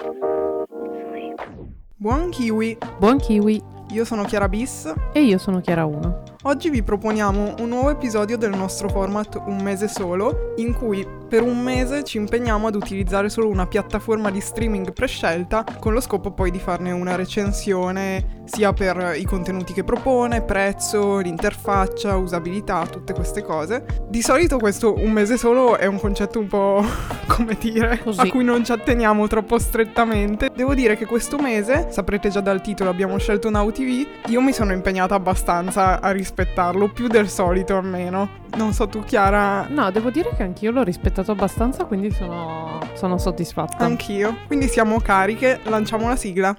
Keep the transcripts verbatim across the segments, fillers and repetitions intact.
Buon kiwi! Buon kiwi! Io sono Chiara Bis e io sono Chiara uno. Oggi vi proponiamo un nuovo episodio del nostro format Un mese solo, in cui per un mese ci impegniamo ad utilizzare solo una piattaforma di streaming prescelta, con lo scopo poi di farne una recensione sia per i contenuti che propone, prezzo, l'interfaccia, usabilità, tutte queste cose. Di solito questo un mese solo è un concetto un po', come dire, Così. a cui non ci atteniamo troppo strettamente. Devo dire che questo mese, saprete già dal titolo, abbiamo scelto Now T V, io mi sono impegnata abbastanza a rispettarlo, più del solito almeno. Non so tu, Chiara. No, devo dire che anch'io l'ho rispettato abbastanza, quindi sono, sono soddisfatta. Anch'io. Quindi siamo cariche, lanciamo la sigla.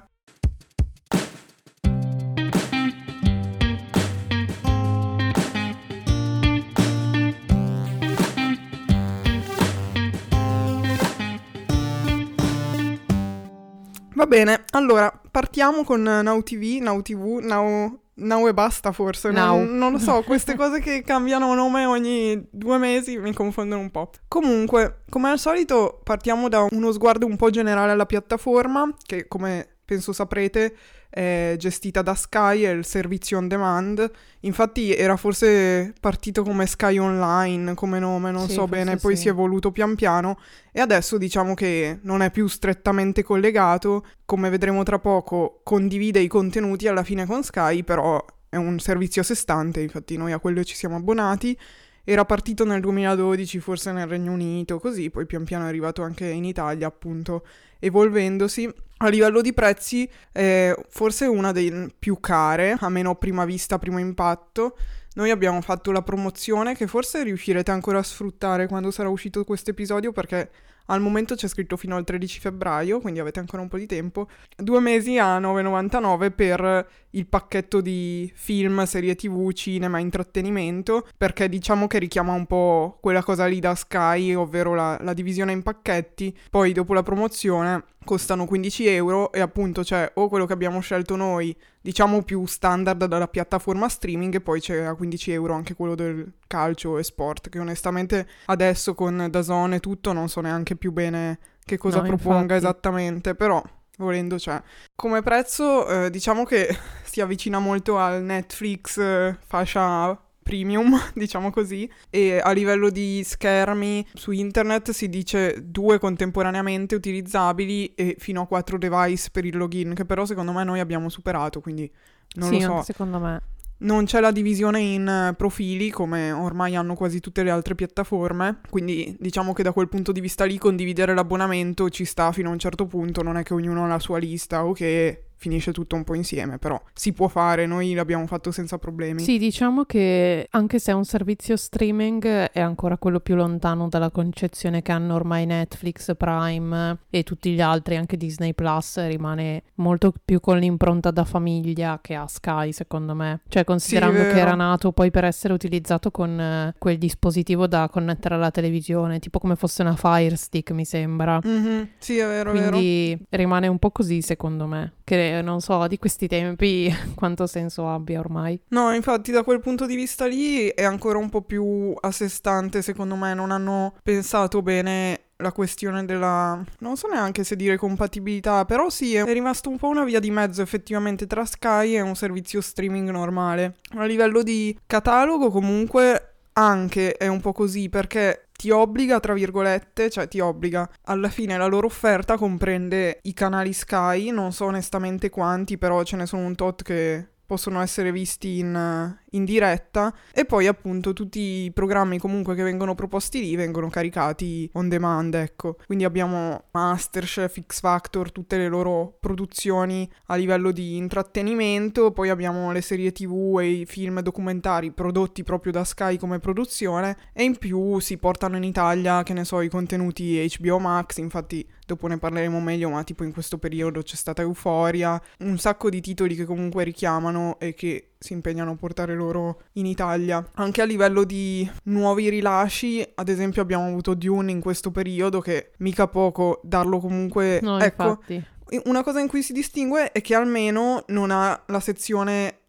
Va bene, allora partiamo con Now T V, Now T V, Now... Now e basta forse, Now. non, non lo so, queste cose che cambiano nome ogni due mesi mi confondono un po'. Comunque, come al solito partiamo da uno sguardo un po' generale alla piattaforma, che come penso saprete è gestita da Sky, è il servizio on demand. Infatti era forse partito come Sky Online come nome, non Sì, so bene, poi sì. si è evoluto pian piano e adesso diciamo che non è più strettamente collegato, come vedremo tra poco condivide i contenuti alla fine con Sky, però è un servizio a sé stante, infatti noi a quello ci siamo abbonati. Era partito nel duemiladodici, forse nel Regno Unito, così, poi pian piano è arrivato anche in Italia, appunto, evolvendosi. A livello di prezzi è forse una delle più care, a meno prima vista, primo impatto. Noi abbiamo fatto la promozione che forse riuscirete ancora a sfruttare quando sarà uscito questo episodio, perché al momento c'è scritto fino al tredici febbraio, quindi avete ancora un po' di tempo. Due mesi a nove virgola novantanove per il pacchetto di film, serie tv, cinema, intrattenimento, perché diciamo che richiama un po' quella cosa lì da Sky, ovvero la, la divisione in pacchetti. Poi dopo la promozione costano quindici euro e appunto c'è o quello che abbiamo scelto noi, diciamo più standard dalla piattaforma streaming, e poi c'è a quindici euro anche quello del calcio e sport, che onestamente adesso con DAZN e tutto non so neanche più bene che cosa No, proponga infatti. esattamente, però volendo c'è. Come prezzo eh, diciamo che si avvicina molto al Netflix eh, fascia premium, diciamo così, e a livello di schermi su internet si dice due contemporaneamente utilizzabili e fino a quattro device per il login, che però secondo me noi abbiamo superato, quindi non sì, lo so. anche secondo me. Non c'è la divisione in eh, profili come ormai hanno quasi tutte le altre piattaforme, quindi diciamo che da quel punto di vista lì condividere l'abbonamento ci sta fino a un certo punto, non è che ognuno ha la sua lista o che finisce tutto un po' insieme, però si può fare, noi l'abbiamo fatto senza problemi. Sì, diciamo che anche se è un servizio streaming è ancora quello più lontano dalla concezione che hanno ormai Netflix, Prime e tutti gli altri, anche Disney Plus rimane molto più con l'impronta da famiglia che ha Sky, secondo me. Cioè, considerando Sì, che vero. era nato poi per essere utilizzato con eh, quel dispositivo da connettere alla televisione, tipo come fosse una Fire Stick, mi sembra. Mhm, sì, è vero, è vero. Quindi rimane un po' così, secondo me, che non so di questi tempi quanto senso abbia ormai. No, infatti da quel punto di vista lì è ancora un po' più a sé stante, secondo me, non hanno pensato bene la questione della, non so neanche se dire compatibilità, però sì, è rimasto un po' una via di mezzo effettivamente tra Sky e un servizio streaming normale. A livello di catalogo comunque anche è un po' così, perché ti obbliga, tra virgolette, cioè ti obbliga, alla fine la loro offerta comprende i canali Sky, non so onestamente quanti, però ce ne sono un tot che possono essere visti in, in diretta, e poi appunto tutti i programmi comunque che vengono proposti lì vengono caricati on demand, ecco. Quindi abbiamo MasterChef, X Factor, tutte le loro produzioni a livello di intrattenimento, poi abbiamo le serie tv e i film documentari prodotti proprio da Sky come produzione, e in più si portano in Italia, che ne so, i contenuti H B O Max, infatti dopo ne parleremo meglio, ma tipo in questo periodo c'è stata Euphoria, un sacco di titoli che comunque richiamano e che si impegnano a portare loro in Italia. Anche a livello di nuovi rilasci, ad esempio abbiamo avuto Dune in questo periodo, che mica poco darlo comunque, No, ecco. infatti. Una cosa in cui si distingue è che almeno non ha la sezione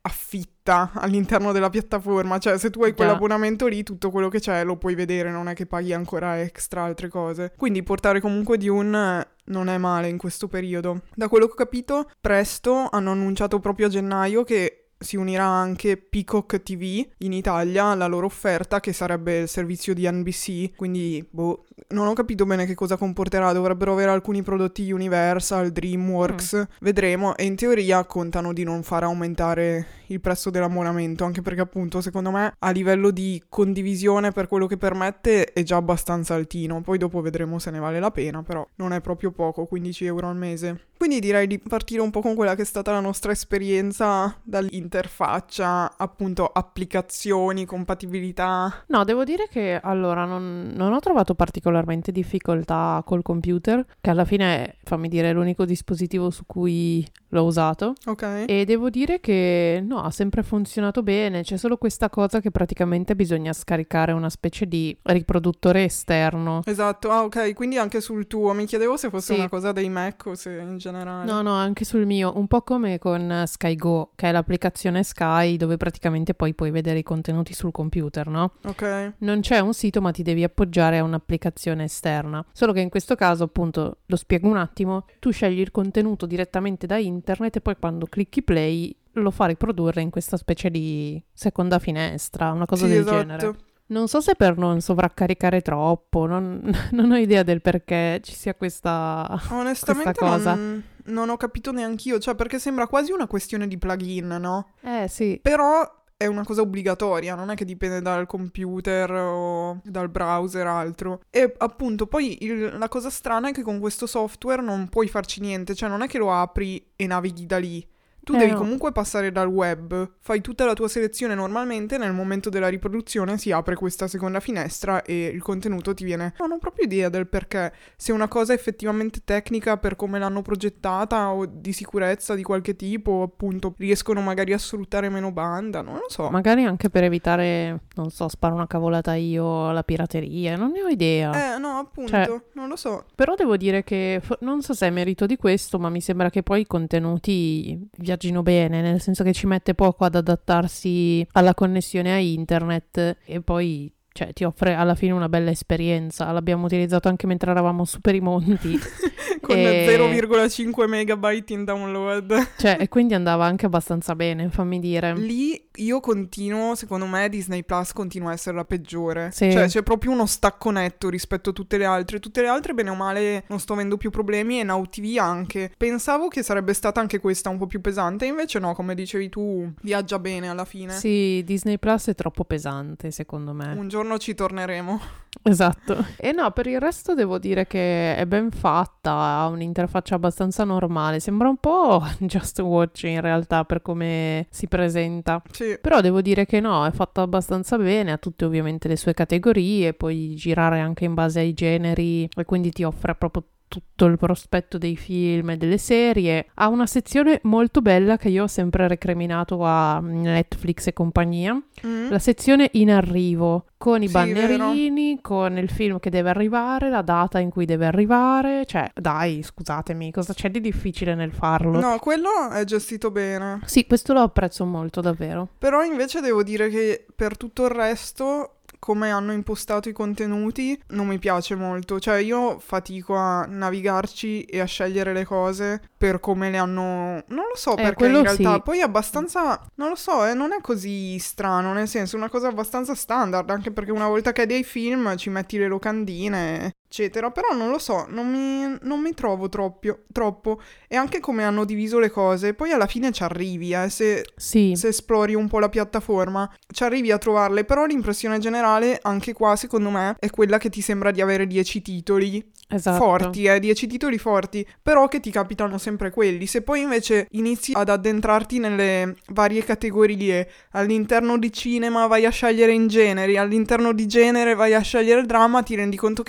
affitta all'interno della piattaforma, cioè se tu hai Già. quell'abbonamento lì tutto quello che c'è lo puoi vedere, non è che paghi ancora extra altre cose, quindi portare comunque Dune non è male in questo periodo. Da quello che ho capito, presto hanno annunciato proprio a gennaio che si unirà anche Peacock T V in Italia alla loro offerta, che sarebbe il servizio di N B C, quindi boh, non ho capito bene che cosa comporterà, dovrebbero avere alcuni prodotti Universal, DreamWorks, mm. vedremo, e in teoria contano di non far aumentare il prezzo dell'abbonamento, anche perché appunto secondo me a livello di condivisione per quello che permette è già abbastanza altino, poi dopo vedremo se ne vale la pena, però non è proprio poco, quindici euro al mese. Quindi direi di partire un po' con quella che è stata la nostra esperienza dall'interfaccia, appunto applicazioni, compatibilità. No, devo dire che allora non, non ho trovato particolarmente difficoltà col computer, che alla fine, fammi dire, è l'unico dispositivo su cui l'ho usato. Ok. E devo dire che no, ha sempre funzionato bene, c'è solo questa cosa che praticamente bisogna scaricare una specie di riproduttore esterno. Esatto, ah ok, quindi anche sul tuo, mi chiedevo se fosse Sì. una cosa dei Mac o se in generale. No, no, anche sul mio, un po' come con Sky Go, che è l'applicazione Sky dove praticamente poi puoi vedere i contenuti sul computer, no? Ok. Non c'è un sito ma ti devi appoggiare a un'applicazione esterna, solo che in questo caso appunto, lo spiego un attimo, tu scegli il contenuto direttamente da internet e poi quando clicchi play lo fa riprodurre in questa specie di seconda finestra, una cosa Sì, del esatto. genere. Non so se per non sovraccaricare troppo, non, non ho idea del perché ci sia questa, Onestamente questa cosa. Non, non ho capito neanch'io, cioè perché sembra quasi una questione di plugin, no? Eh sì. Però è una cosa obbligatoria, non è che dipende dal computer o dal browser o altro. E appunto poi il- la cosa strana è che con questo software non puoi farci niente, cioè non è che lo apri e navighi da lì. Tu Eh, devi no. comunque passare dal web, fai tutta la tua selezione normalmente, nel momento della riproduzione si apre questa seconda finestra e il contenuto ti viene... Non ho proprio idea del perché, se è una cosa effettivamente tecnica per come l'hanno progettata o di sicurezza di qualche tipo, o appunto riescono magari a sfruttare meno banda, non lo so. Magari anche per evitare, non so, sparo una cavolata io, la pirateria, non ne ho idea. Eh no, appunto, Cioè- non lo so. Però devo dire che, fo- non so se è merito di questo, ma mi sembra che poi i contenuti viaggino bene, nel senso che ci mette poco ad adattarsi alla connessione a internet e poi, cioè, ti offre alla fine una bella esperienza. L'abbiamo utilizzato anche mentre eravamo su per i monti. Con E- zero virgola cinque megabyte in download. Cioè, e quindi andava anche abbastanza bene, fammi dire. Lì io continuo, secondo me Disney Plus continua a essere la peggiore. Sì. Cioè c'è proprio uno stacco netto rispetto a tutte le altre. Tutte le altre bene o male non sto avendo più problemi, e Now T V anche. Pensavo che sarebbe stata anche questa un po' più pesante, invece no, come dicevi tu, viaggia bene alla fine. Sì, Disney Plus è troppo pesante, secondo me. Un giorno ci torneremo. Esatto. E no, per il resto devo dire che è ben fatta, ha un'interfaccia abbastanza normale, sembra un po' Just Watch in realtà per come si presenta. Sì. Però devo dire che no, è fatta abbastanza bene, ha tutte ovviamente le sue categorie, puoi girare anche in base ai generi e quindi ti offre proprio tutto il prospetto dei film e delle serie. Ha una sezione molto bella che io ho sempre recriminato a Netflix e compagnia, Mm. la sezione in arrivo, con i Sì, bannerini, con il film che deve arrivare, la data in cui deve arrivare, cioè dai, scusatemi, cosa c'è di difficile nel farlo? No, quello è gestito bene. Sì, questo lo apprezzo molto, davvero. Però invece devo dire che per tutto il resto, come hanno impostato i contenuti, non mi piace molto. Cioè io fatico a navigarci e a scegliere le cose per come le hanno... Non lo so Eh, perché quello in realtà. sì. Poi è abbastanza... Non lo so, eh, non è così strano, nel senso è una cosa abbastanza standard, anche perché una volta che hai dei film ci metti le locandine, eccetera. Però non lo so, non mi, non mi trovo troppo, troppo. E anche come hanno diviso le cose, poi alla fine ci arrivi, eh, se... Sì, Se esplori un po' la piattaforma ci arrivi a trovarle, però l'impressione generale anche qua secondo me è quella che ti sembra di avere dieci titoli esatto. forti, eh, dieci titoli forti, però che ti capitano sempre quelli. Se poi invece inizi ad addentrarti nelle varie categorie, all'interno di cinema vai a scegliere in generi, all'interno di genere vai a scegliere dramma, ti rendi conto che hanno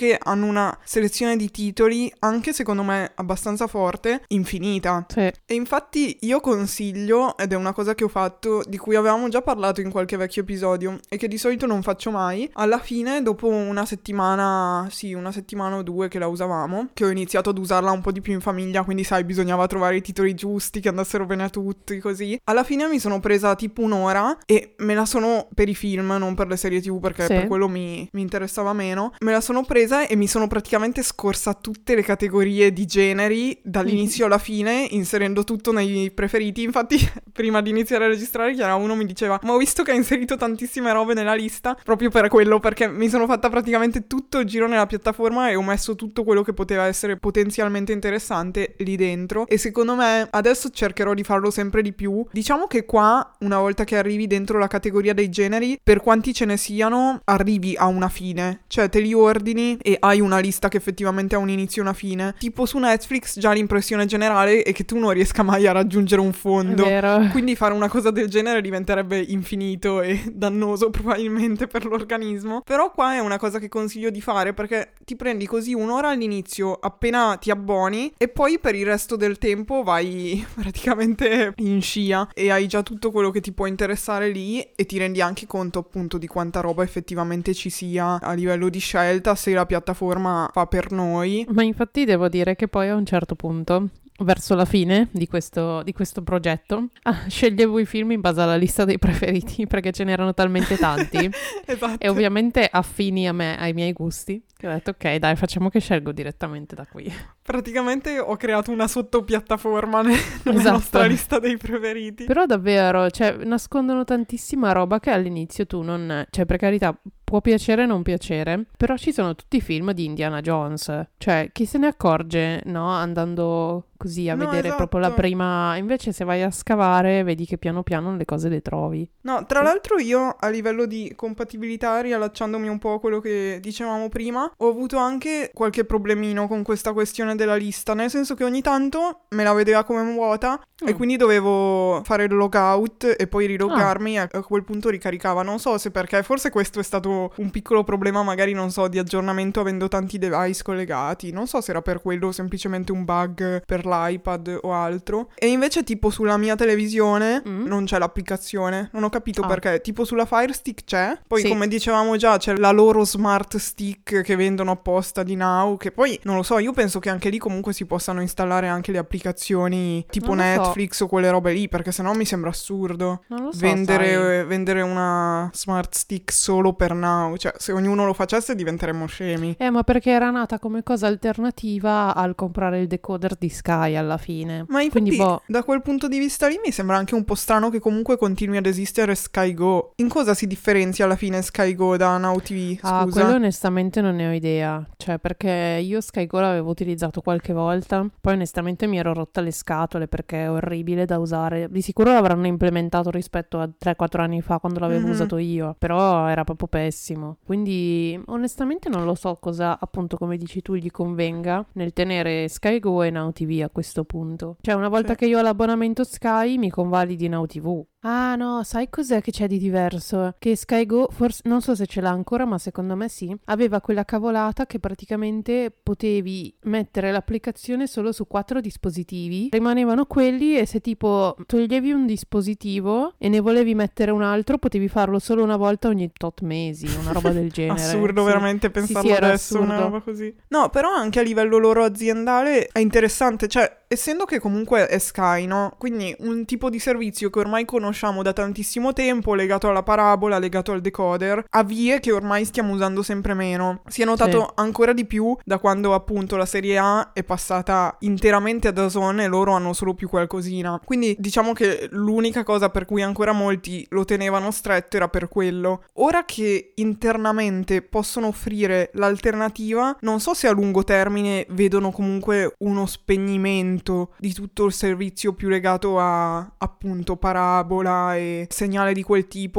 una selezione di titoli, anche secondo me abbastanza forte, infinita. Sì. E infatti io consiglio, ed è una cosa che ho fatto, di cui avevamo già parlato in qualche vecchio episodio e che di solito non faccio mai, alla fine dopo una settimana, sì, una settimana o due che la usavamo, che ho iniziato ad usarla un po' di più in famiglia, quindi sai, bisognava trovare i titoli giusti che andassero bene a tutti, così. Alla fine mi sono presa tipo un'ora e me la sono, per i film, non per le serie tv, perché Sì. per quello mi, mi interessava meno, me la sono presa e mi sono praticamente scorsa tutte le categorie di generi dall'inizio alla fine, inserendo tutto nei preferiti. Infatti prima di iniziare a registrare chiara uno mi diceva ma ho visto che hai inserito tantissime robe nella lista, proprio per quello, perché mi sono fatta praticamente tutto il giro nella piattaforma e ho messo tutto quello che poteva essere potenzialmente interessante lì dentro, e secondo me adesso cercherò di farlo sempre di più. Diciamo che qua, una volta che arrivi dentro la categoria dei generi, per quanti ce ne siano, arrivi a una fine, cioè te li ordini e hai una lista che effettivamente ha un inizio e una fine. Tipo su Netflix già l'impressione generale è che tu non riesca mai a raggiungere un fondo, È vero. quindi fare una cosa del genere diventerebbe infinito e dannoso probabilmente per l'organismo. Però qua è una cosa che consiglio di fare, perché ti prendi così un'ora all'inizio appena ti abboni e poi per il resto del tempo vai praticamente in scia e hai già tutto quello che ti può interessare lì e ti rendi anche conto appunto di quanta roba effettivamente ci sia a livello di scelta, se la piattaforma fa per noi. Ma infatti devo dire che poi a un certo punto, verso la fine di questo, di questo progetto, ah, sceglievo i film in base alla lista dei preferiti, perché ce n'erano talmente tanti Esatto. e ovviamente affini a me, ai miei gusti, che ho detto ok dai, facciamo che scelgo direttamente da qui. Praticamente ho creato una sottopiattaforma ne- nella Esatto. nostra lista dei preferiti. Però davvero, cioè, nascondono tantissima roba che all'inizio tu non... Cioè, per carità, può piacere o non piacere, però ci sono tutti i film di Indiana Jones. Cioè, chi se ne accorge, no? Andando così a No, vedere esatto. proprio la prima... Invece se vai a scavare, vedi che piano piano le cose le trovi. No, tra l'altro io a livello di compatibilità, riallacciandomi un po' a quello che dicevamo prima, ho avuto anche qualche problemino con questa questione della lista, nel senso che ogni tanto me la vedeva come vuota Mm. e quindi dovevo fare il logout e poi riloggarmi e a quel punto ricaricava. Non so se perché, forse questo è stato un piccolo problema magari, non so, di aggiornamento avendo tanti device collegati, non so se era per quello o semplicemente un bug per l'iPad o altro. E invece tipo sulla mia televisione Mm. non c'è l'applicazione, non ho capito Ah. perché. Tipo sulla Fire Stick c'è, poi Sì. come dicevamo già c'è la loro Smart Stick che vendono apposta di Now, che poi non lo so, io penso che anche lì comunque si possano installare anche le applicazioni tipo Non lo so. Netflix o quelle robe lì, perché sennò mi sembra assurdo Non lo so, vendere, sai. vendere una Smart Stick solo per Now. Cioè, se ognuno lo facesse diventeremmo scemi. Eh, ma perché era nata come cosa alternativa al comprare il decoder di Sky alla fine. Ma infatti, Quindi, boh, da quel punto di vista lì mi sembra anche un po' strano che comunque continui ad esistere Sky Go. In cosa si differenzia alla fine Sky Go da Now T V? ah, Scusa. quello onestamente non ne ho idea. Cioè, perché io Sky Go l'avevo utilizzato qualche volta, poi onestamente mi ero rotta le scatole perché è orribile da usare. Di sicuro l'avranno implementato rispetto a tre quattro anni fa quando l'avevo Mhm. usato io, però era proprio pessimo. Quindi onestamente non lo so cosa, appunto come dici tu, gli convenga nel tenere Sky Go e Now T V a questo punto. Cioè, una volta Sì. che io ho l'abbonamento Sky mi convalidi Now T V. Ah no, sai cos'è che c'è di diverso? Che Sky Go, forse non so se ce l'ha ancora, ma secondo me sì, aveva quella cavolata che praticamente potevi mettere l'applicazione solo su quattro dispositivi, rimanevano quelli, e se tipo toglievi un dispositivo e ne volevi mettere un altro, potevi farlo solo una volta ogni tot mesi, una roba del genere. Assurdo, Sì. veramente Sì, pensarlo sì, era adesso, una assurdo. roba così. No, però anche a livello loro aziendale è interessante, cioè, essendo che comunque è Sky, no? Quindi un tipo di servizio che ormai conosciamo da tantissimo tempo, legato alla parabola, legato al decoder, a vie che ormai stiamo usando sempre meno. Si è notato Sì. ancora di più da quando appunto la serie A è passata interamente ad D A Z N e loro hanno solo più qualcosina. Quindi diciamo che l'unica cosa per cui ancora molti lo tenevano stretto era per quello. Ora che internamente possono offrire l'alternativa, non so se a lungo termine vedono comunque uno spegnimento di tutto il servizio più legato a appunto parabola e segnale di quel tipo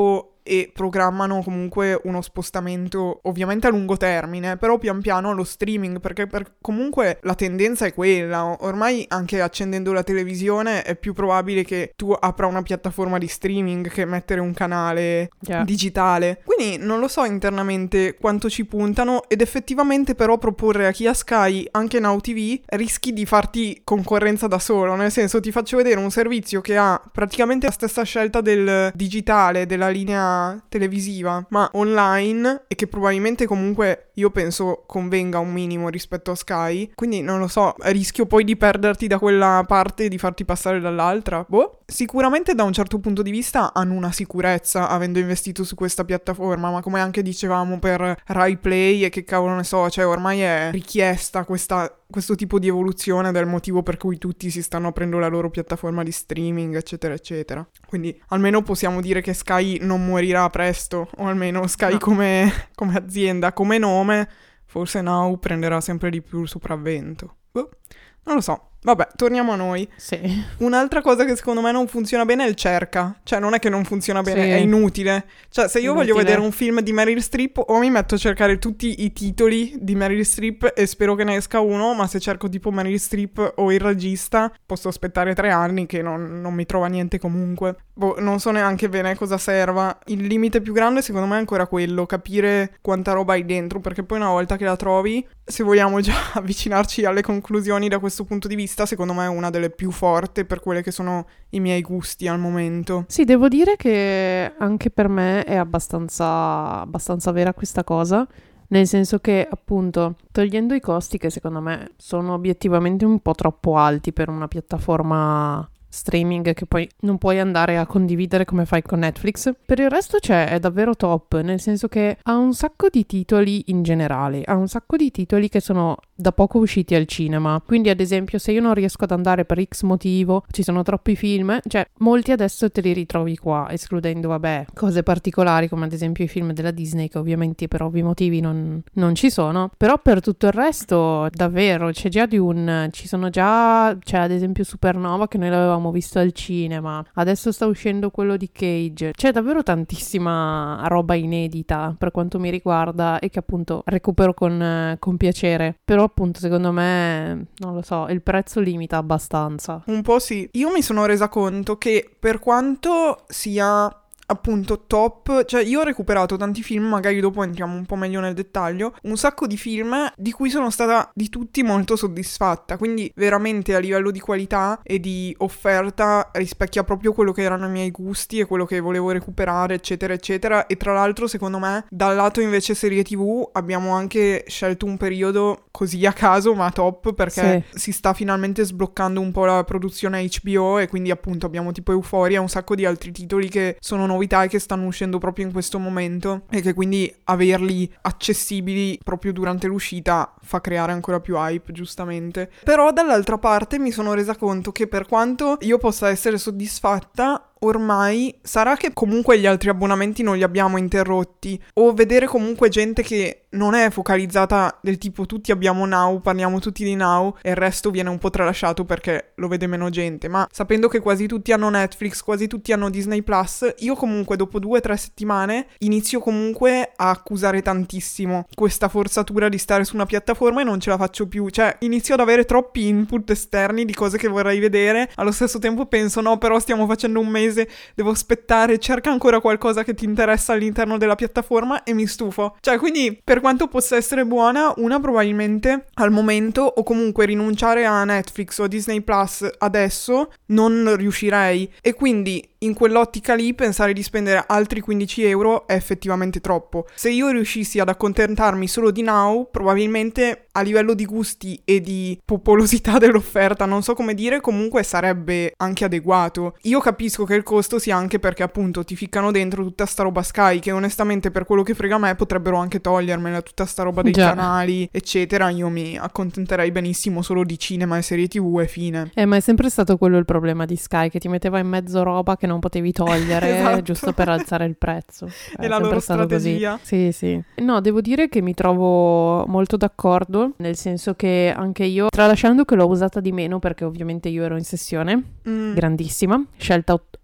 e programmano comunque uno spostamento ovviamente a lungo termine, però pian piano allo streaming, perché per, comunque la tendenza è quella. Ormai anche accendendo la televisione è più probabile che tu apra una piattaforma di streaming che mettere un canale yeah. digitale. Quindi non lo so internamente quanto ci puntano, ed effettivamente però proporre a chi ha Sky anche Now T V rischi di farti concorrenza da solo, nel senso ti faccio vedere un servizio che ha praticamente la stessa scelta del digitale, della linea televisiva, ma online, e che probabilmente comunque io penso convenga un minimo rispetto a Sky, quindi non lo so, rischio poi di perderti da quella parte e di farti passare dall'altra. Boh, sicuramente da un certo punto di vista hanno una sicurezza avendo investito su questa piattaforma, ma come anche dicevamo per Rai Play e che cavolo ne so, cioè ormai è richiesta questa questo tipo di evoluzione, del motivo per cui tutti si stanno aprendo la loro piattaforma di streaming, eccetera eccetera. Quindi almeno possiamo dire che Sky non morirà presto, o almeno Sky no. come, come azienda, come nome, forse Now prenderà sempre di più il sopravvento. Boh, non lo so. Vabbè, torniamo a noi. Sì. Un'altra cosa che secondo me non funziona bene è il cerca. Cioè, non è che non funziona bene, sì. È inutile. Cioè, se io inutile. voglio vedere un film di Meryl Streep, o mi metto a cercare tutti i titoli di Meryl Streep e spero che ne esca uno, ma se cerco tipo Meryl Streep o il regista, posso aspettare tre anni che non, non mi trova niente comunque. Boh, non so neanche bene cosa serva. Il limite più grande secondo me è ancora quello, capire quanta roba hai dentro, perché poi una volta che la trovi, se vogliamo già avvicinarci alle conclusioni da questo punto di vista, secondo me è una delle più forti per quelle che sono i miei gusti al momento. Sì, devo dire che anche per me è abbastanza, abbastanza vera questa cosa, nel senso che appunto togliendo i costi che secondo me sono obiettivamente un po' troppo alti per una piattaforma streaming che poi non puoi andare a condividere come fai con Netflix, per il resto c'è, è davvero top, nel senso che ha un sacco di titoli in generale, ha un sacco di titoli che sono da poco usciti al cinema, quindi ad esempio se io non riesco ad andare per X motivo, ci sono troppi film, cioè molti adesso te li ritrovi qua, escludendo vabbè cose particolari come ad esempio i film della Disney che ovviamente per ovvi motivi non, non ci sono, però per tutto il resto davvero c'è già di un, ci sono già, c'è ad esempio Supernova che noi l'avevamo visto al cinema, adesso sta uscendo quello di Cage, c'è davvero tantissima roba inedita per quanto mi riguarda e che appunto recupero con, con piacere, però appunto secondo me non lo so, il prezzo limita abbastanza. Un po' sì, io mi sono resa conto che per quanto sia appunto top, cioè io ho recuperato tanti film, magari dopo entriamo un po' meglio nel dettaglio, un sacco di film di cui sono stata di tutti molto soddisfatta, quindi veramente a livello di qualità e di offerta rispecchia proprio quello che erano i miei gusti e quello che volevo recuperare, eccetera eccetera. E tra l'altro secondo me dal lato invece serie tv abbiamo anche scelto un periodo così a caso ma top, perché sì. si sta finalmente sbloccando un po' la produzione H B O e quindi appunto abbiamo tipo Euphoria e un sacco di altri titoli che sono novità e che stanno uscendo proprio in questo momento e che quindi averli accessibili proprio durante l'uscita fa creare ancora più hype, giustamente. Però dall'altra parte mi sono resa conto che per quanto io possa essere soddisfatta, ormai sarà che comunque gli altri abbonamenti non li abbiamo interrotti, o vedere comunque gente che non è focalizzata del tipo tutti abbiamo Now, parliamo tutti di Now e il resto viene un po' tralasciato perché lo vede meno gente, ma sapendo che quasi tutti hanno Netflix, quasi tutti hanno Disney Plus, io comunque dopo due o tre settimane inizio comunque a accusare tantissimo questa forzatura di stare su una piattaforma e non ce la faccio più, cioè inizio ad avere troppi input esterni di cose che vorrei vedere, allo stesso tempo penso no però stiamo facendo un mese, devo aspettare, cerca ancora qualcosa che ti interessa all'interno della piattaforma e mi stufo. Cioè, quindi, per quanto possa essere buona, una probabilmente al momento, o comunque rinunciare a Netflix o a Disney Plus adesso, non riuscirei. E quindi, in quell'ottica lì, pensare di spendere altri quindici euro è effettivamente troppo. Se io riuscissi ad accontentarmi solo di Now, probabilmente a livello di gusti e di popolosità dell'offerta, non so come dire, comunque sarebbe anche adeguato. Io capisco che il costo sia anche perché appunto ti ficcano dentro tutta sta roba Sky, che onestamente per quello che frega a me potrebbero anche togliermela, tutta sta roba dei Già. canali eccetera, io mi accontenterei benissimo solo di cinema e serie tv e fine. Eh ma è sempre stato quello il problema di Sky, che ti metteva in mezzo roba che non potevi togliere esatto. giusto per alzare il prezzo. È, è la loro strategia. Così. Sì sì. No, devo dire che mi trovo molto d'accordo, nel senso che anche io, tralasciando che l'ho usata di meno perché ovviamente io ero in sessione mm. grandissima, scelta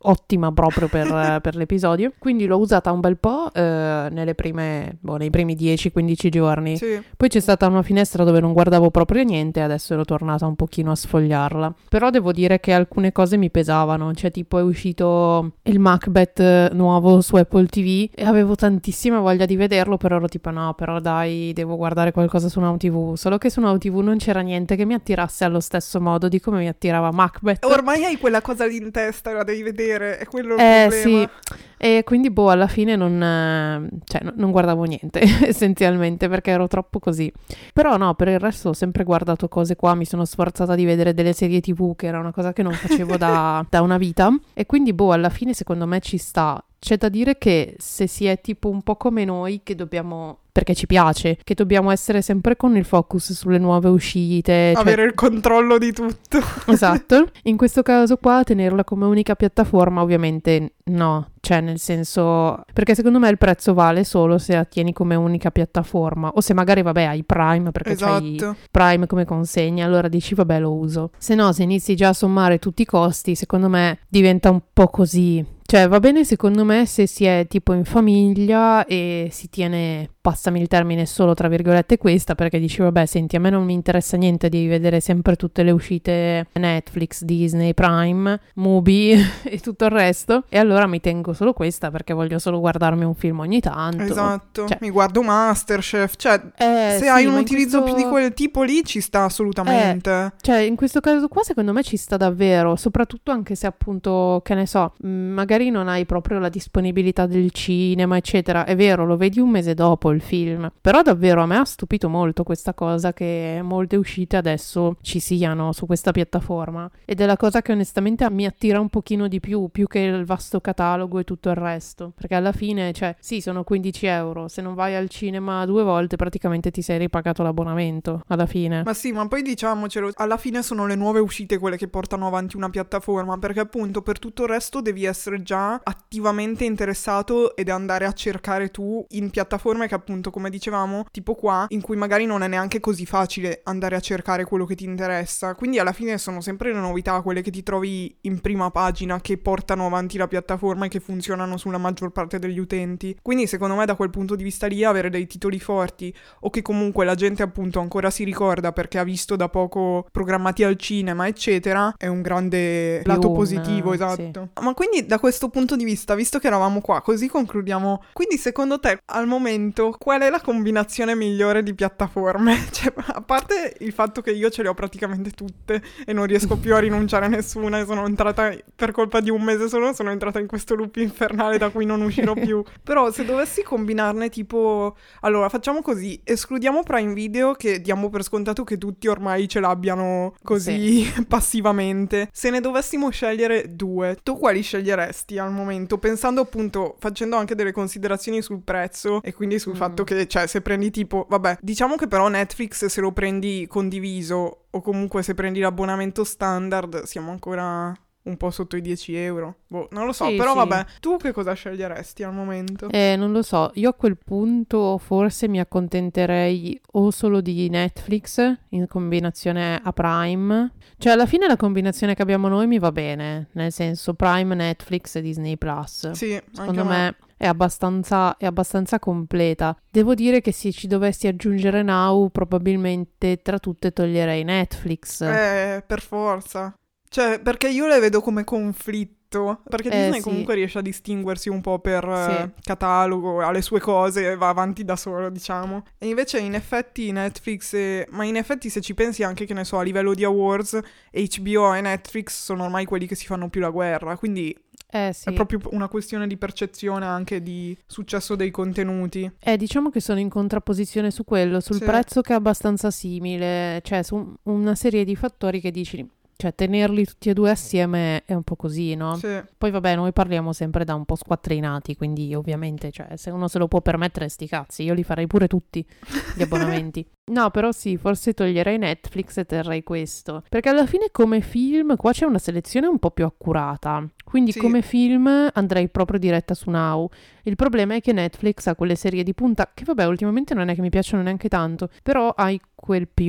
ottima proprio per, per l'episodio, quindi l'ho usata un bel po' eh, nelle prime, boh, nei primi dieci quindici giorni. Sì. Poi c'è stata una finestra dove non guardavo proprio niente e adesso ero tornata un pochino a sfogliarla. Però devo dire che alcune cose mi pesavano, cioè tipo è uscito il Macbeth nuovo su Apple ti vu e avevo tantissima voglia di vederlo, però ero tipo no, però dai, devo guardare qualcosa su Now ti vu, solo che su Now ti vu non c'era niente che mi attirasse allo stesso modo di come mi attirava Macbeth. Ormai hai quella cosa lì in testa, la devi vedere, è quello il eh, problema. Sì. E quindi boh, alla fine non, cioè, no, non guardavo niente essenzialmente perché ero troppo così. Però no, per il resto ho sempre guardato cose qua, mi sono sforzata di vedere delle serie tv che era una cosa che non facevo da, da una vita e quindi boh, alla fine secondo me ci sta. C'è da dire che se si è tipo un po' come noi che dobbiamo, perché ci piace, che dobbiamo essere sempre con il focus sulle nuove uscite, cioè... avere il controllo di tutto. Esatto, in questo caso qua tenerla come unica piattaforma ovviamente no, cioè nel senso, perché secondo me il prezzo vale solo se la tieni come unica piattaforma o se magari vabbè hai Prime perché Esatto. c'hai Prime come consegna, allora dici vabbè lo uso, se no se inizi già a sommare tutti i costi secondo me diventa un po' così. Cioè va bene secondo me se si è tipo in famiglia e si tiene, passami il termine, solo tra virgolette questa, perché dici vabbè senti a me non mi interessa niente di vedere sempre tutte le uscite Netflix, Disney, Prime, Mubi e tutto il resto e allora mi tengo solo questa perché voglio solo guardarmi un film ogni tanto. Esatto, cioè, mi guardo Masterchef, cioè eh, se sì, hai un ma in utilizzo questo... più di quel tipo lì ci sta assolutamente. Eh, cioè in questo caso qua secondo me ci sta davvero, soprattutto anche se appunto, che ne so, magari non hai proprio la disponibilità del cinema eccetera, è vero lo vedi un mese dopo il film, però davvero a me ha stupito molto questa cosa che molte uscite adesso ci siano su questa piattaforma ed è la cosa che onestamente mi attira un pochino di più più che il vasto catalogo e tutto il resto, perché alla fine cioè sì sono quindici euro, se non vai al cinema due volte praticamente ti sei ripagato l'abbonamento alla fine. Ma sì, ma poi diciamocelo, alla fine sono le nuove uscite quelle che portano avanti una piattaforma, perché appunto per tutto il resto devi essere già attivamente interessato ed andare a cercare tu in piattaforme che appunto come dicevamo tipo qua in cui magari non è neanche così facile andare a cercare quello che ti interessa, quindi alla fine sono sempre le novità quelle che ti trovi in prima pagina che portano avanti la piattaforma e che funzionano sulla maggior parte degli utenti, quindi secondo me da quel punto di vista lì avere dei titoli forti o che comunque la gente appunto ancora si ricorda perché ha visto da poco programmati al cinema eccetera è un grande Più lato un, positivo, esatto. Sì. Ma quindi da questo punto di vista, visto che eravamo qua, così concludiamo. Quindi secondo te al momento qual è la combinazione migliore di piattaforme? Cioè, a parte il fatto che io ce le ho praticamente tutte e non riesco più a rinunciare a nessuna e sono entrata per colpa di un mese solo, sono entrata in questo loop infernale da cui non uscirò più. Però se dovessi combinarne tipo, allora facciamo così, escludiamo Prime Video che diamo per scontato che tutti ormai ce l'abbiano così sì. passivamente. Se ne dovessimo scegliere due, tu quali sceglieresti al momento? Pensando appunto, facendo anche delle considerazioni sul prezzo e quindi sul mm. fatto che, cioè, se prendi tipo, vabbè, diciamo che però Netflix se lo prendi condiviso o comunque se prendi l'abbonamento standard siamo ancora un po' sotto i dieci euro. Boh, non lo so, sì, però sì. vabbè, tu che cosa sceglieresti al momento? Eh, non lo so, io a quel punto forse mi accontenterei o solo di Netflix in combinazione a Prime. Cioè alla fine la combinazione che abbiamo noi mi va bene, nel senso Prime, Netflix e Disney Plus. Sì, secondo anche me è abbastanza, è abbastanza completa. Devo dire che se ci dovessi aggiungere Now probabilmente tra tutte toglierei Netflix. Eh, per forza. Cioè, perché io le vedo come conflitto, perché eh, Disney sì. comunque riesce a distinguersi un po' per sì. eh, catalogo, ha le sue cose e va avanti da solo, diciamo. E invece in effetti Netflix, e... ma in effetti se ci pensi anche, che ne so, a livello di awards, H B O e Netflix sono ormai quelli che si fanno più la guerra, quindi... Eh, sì. È proprio una questione di percezione anche di successo dei contenuti. Eh, diciamo che sono in contrapposizione su quello, sul sì. prezzo che è abbastanza simile, cioè su una serie di fattori che dici... Cioè, tenerli tutti e due assieme è un po' così, no? Sì. Poi vabbè, noi parliamo sempre da un po' squattrinati, quindi ovviamente, cioè, se uno se lo può permettere, sti cazzi, io li farei pure tutti, gli abbonamenti. No, però sì, forse toglierei Netflix e terrei questo. Perché alla fine come film, qua c'è una selezione un po' più accurata. Quindi sì. come film andrei proprio diretta su Now. Il problema è che Netflix ha quelle serie di punta, che vabbè, ultimamente non è che mi piacciono neanche tanto, però hai quel più...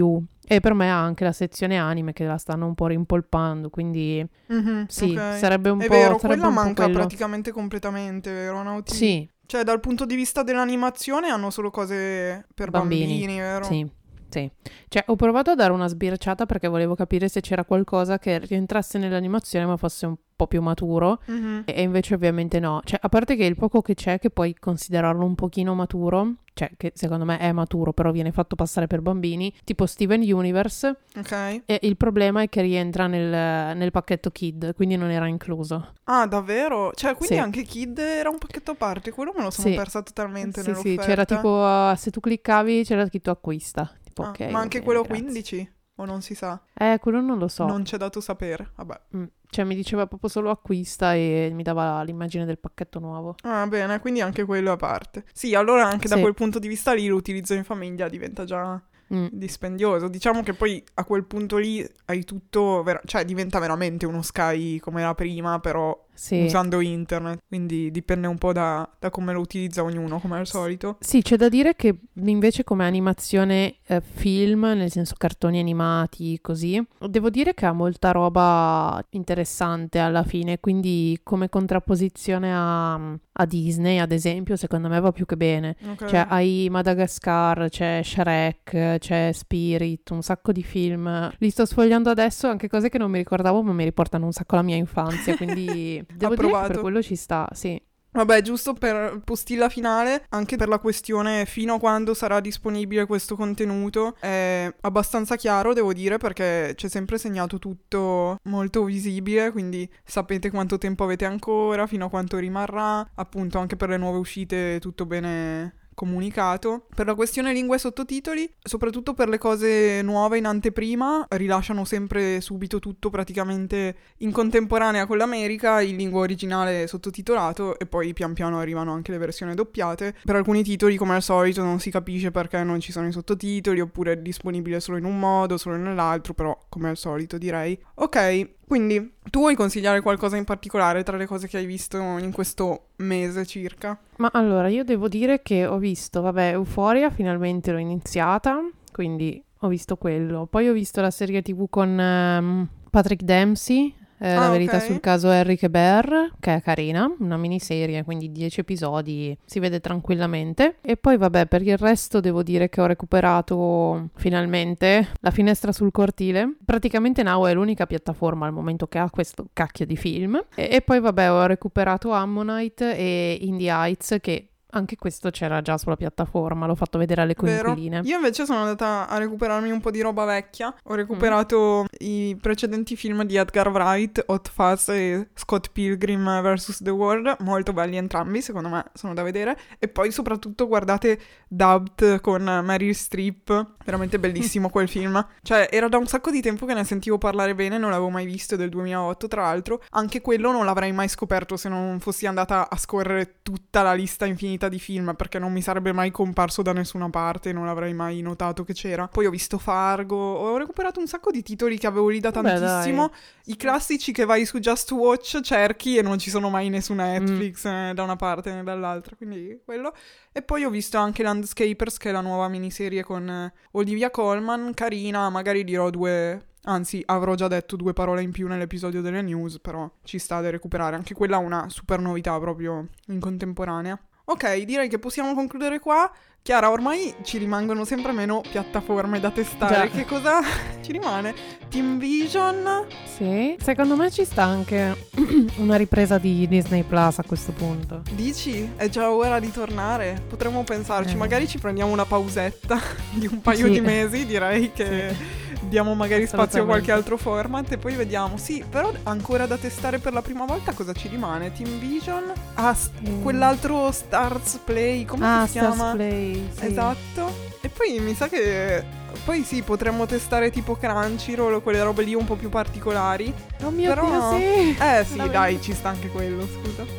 E per me ha anche la sezione anime che la stanno un po' rimpolpando, quindi mm-hmm, sì, okay. sarebbe un è po'... vero, sarebbe quella un po' manca quello. praticamente completamente, vero Nauti? Sì. Cioè dal punto di vista dell'animazione hanno solo cose per bambini, Bambini, vero? Sì, sì. Cioè ho provato a dare una sbirciata perché volevo capire se c'era qualcosa che rientrasse nell'animazione ma fosse un po' più maturo, mm-hmm. e invece ovviamente no. Cioè a parte che il poco che c'è, che puoi considerarlo un pochino maturo, cioè che secondo me è maturo però viene fatto passare per bambini, tipo Steven Universe, Ok. e il problema è che rientra nel, nel pacchetto Kid, quindi non era incluso. Ah, davvero? Cioè, quindi Sì. anche Kid era un pacchetto a parte, quello me lo sono Sì. persa totalmente Sì, nell'offerta. sì, c'era tipo, uh, se tu cliccavi c'era scritto acquista. Tipo, Ah, ok, ma va anche bene, quello grazie. quindici? O non si sa? Eh, quello non lo so. Non c'è dato sapere, vabbè. Mm, Cioè mi diceva proprio solo acquista e mi dava l'immagine del pacchetto nuovo. Ah, bene, quindi anche quello a parte. Sì, allora anche da Sì. quel punto di vista lì l'utilizzo in famiglia diventa già Mm. dispendioso. Diciamo che poi a quel punto lì hai tutto, ver- cioè diventa veramente uno Sky come era prima, però Sì. usando internet. Quindi dipende un po' da, da come lo utilizza ognuno, come al solito. Sì, c'è da dire che invece come animazione eh, film, nel senso cartoni animati, così, devo dire che ha molta roba interessante alla fine, quindi come contrapposizione a, a Disney, ad esempio, secondo me va più che bene. Ok. Cioè hai Madagascar, c'è Shrek, c'è Spirit, un sacco di film. Li sto sfogliando adesso, anche cose che non mi ricordavo, ma mi riportano un sacco alla mia infanzia, quindi devo dire che Approvato. per quello ci sta, sì. Vabbè, giusto per postilla finale, anche per la questione fino a quando sarà disponibile questo contenuto, è abbastanza chiaro, devo dire, perché c'è sempre segnato tutto molto visibile, quindi sapete quanto tempo avete ancora, fino a quanto rimarrà, appunto anche per le nuove uscite tutto bene comunicato. Per la questione lingua e sottotitoli, soprattutto per le cose nuove in anteprima, rilasciano sempre subito tutto praticamente in contemporanea con l'America, in lingua originale sottotitolato, e poi pian piano arrivano anche le versioni doppiate. Per alcuni titoli, come al solito, non si capisce perché non ci sono i sottotitoli, oppure è disponibile solo in un modo, solo nell'altro, però come al solito direi. Ok, quindi tu vuoi consigliare qualcosa in particolare tra le cose che hai visto in questo mese circa? Ma allora, io devo dire che ho visto, vabbè, Euphoria, finalmente l'ho iniziata, quindi ho visto quello. Poi ho visto la serie tivù con ehm, Patrick Dempsey, eh, Ah, La verità ok. sul caso Henry Bear, che è carina, una miniserie, quindi dieci episodi, si vede tranquillamente. E poi vabbè, per il resto devo dire che ho recuperato finalmente La finestra sul cortile. Praticamente Now è l'unica piattaforma al momento che ha questo cacchio di film. E, e poi vabbè, ho recuperato Ammonite e In the Heights, che anche questo c'era già sulla piattaforma, l'ho fatto vedere alle Vero. coinquiline. Io invece sono andata a recuperarmi un po' di roba vecchia. Ho recuperato mm. i precedenti film di Edgar Wright, Hot Fuzz e Scott Pilgrim versus The World, molto belli entrambi, secondo me sono da vedere. E poi soprattutto guardate Dubbed con Meryl Streep, veramente bellissimo quel film. Cioè era da un sacco di tempo che ne sentivo parlare bene, non l'avevo mai visto, è del duemilaotto tra l'altro. Anche quello non l'avrei mai scoperto se non fossi andata a scorrere tutta la lista infinita di film, perché non mi sarebbe mai comparso da nessuna parte, non avrei mai notato che c'era. Poi ho visto Fargo, ho recuperato un sacco di titoli che avevo lì da tantissimo. Beh, i classici che vai su Just Watch, cerchi e non ci sono mai né su Netflix mm. né da una parte né dall'altra, quindi quello. E poi ho visto anche Landscapers, che è la nuova miniserie con Olivia Colman, carina, magari dirò due... Anzi, avrò già detto due parole in più nell'episodio delle news, però ci sta da recuperare. Anche quella è una super novità proprio in contemporanea. Ok, direi che possiamo concludere qua. Chiara, ormai ci rimangono sempre meno piattaforme da testare. Già. Che cosa ci rimane? Team Vision? Sì, secondo me ci sta anche una ripresa di Disney Plus a questo punto. Dici? È già ora di tornare? Potremmo pensarci, Eh. magari ci prendiamo una pausetta di un paio Sì. di mesi, direi che... Sì. Diamo magari spazio a qualche Assolutamente. altro format e poi vediamo. Sì, però ancora da testare per la prima volta cosa ci rimane? Team Vision? Ah, s- Mm. quell'altro Stars Play, come Ah, si chiama? Stars Play, sì. Esatto. E poi mi sa che poi sì, potremmo testare tipo Crunchyroll o quelle robe lì un po' più particolari. Oh mio Però... Dio, sì! Eh sì, Davvero. dai, ci sta anche quello, scusa.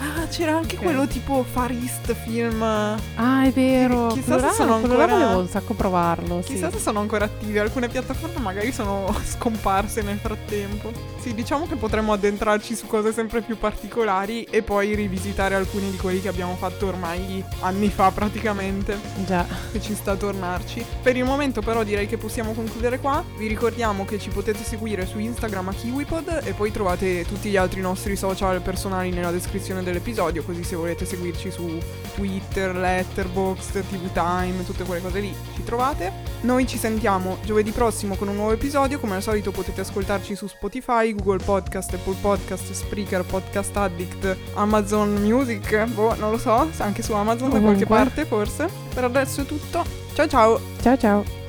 Ah, c'era anche Ok. quello tipo Far East film. Ah, è vero. Chissà quello se là, sono quello là ancora- volevo un sacco provarlo. Chissà sì. se sono ancora attive, alcune piattaforme magari sono scomparse nel frattempo. Sì, diciamo che potremmo addentrarci su cose sempre più particolari e poi rivisitare alcuni di quelli che abbiamo fatto ormai anni fa praticamente, Già. che ci sta a tornarci. Per il momento però direi che possiamo concludere qua. Vi ricordiamo che ci potete seguire su Instagram a KiwiPod e poi trovate tutti gli altri nostri social personali nella descrizione dell'episodio, così se volete seguirci su Twitter, Letterboxd, T V Time, tutte quelle cose lì ci trovate. Noi ci sentiamo giovedì prossimo con un nuovo episodio. Come al solito potete ascoltarci su Spotify, Google Podcast, Apple Podcast, Spreaker, Podcast Addict, Amazon Music, boh, non lo so, anche su Amazon da qualche Ovunque. parte forse. Per adesso è tutto. Ciao ciao! Ciao ciao.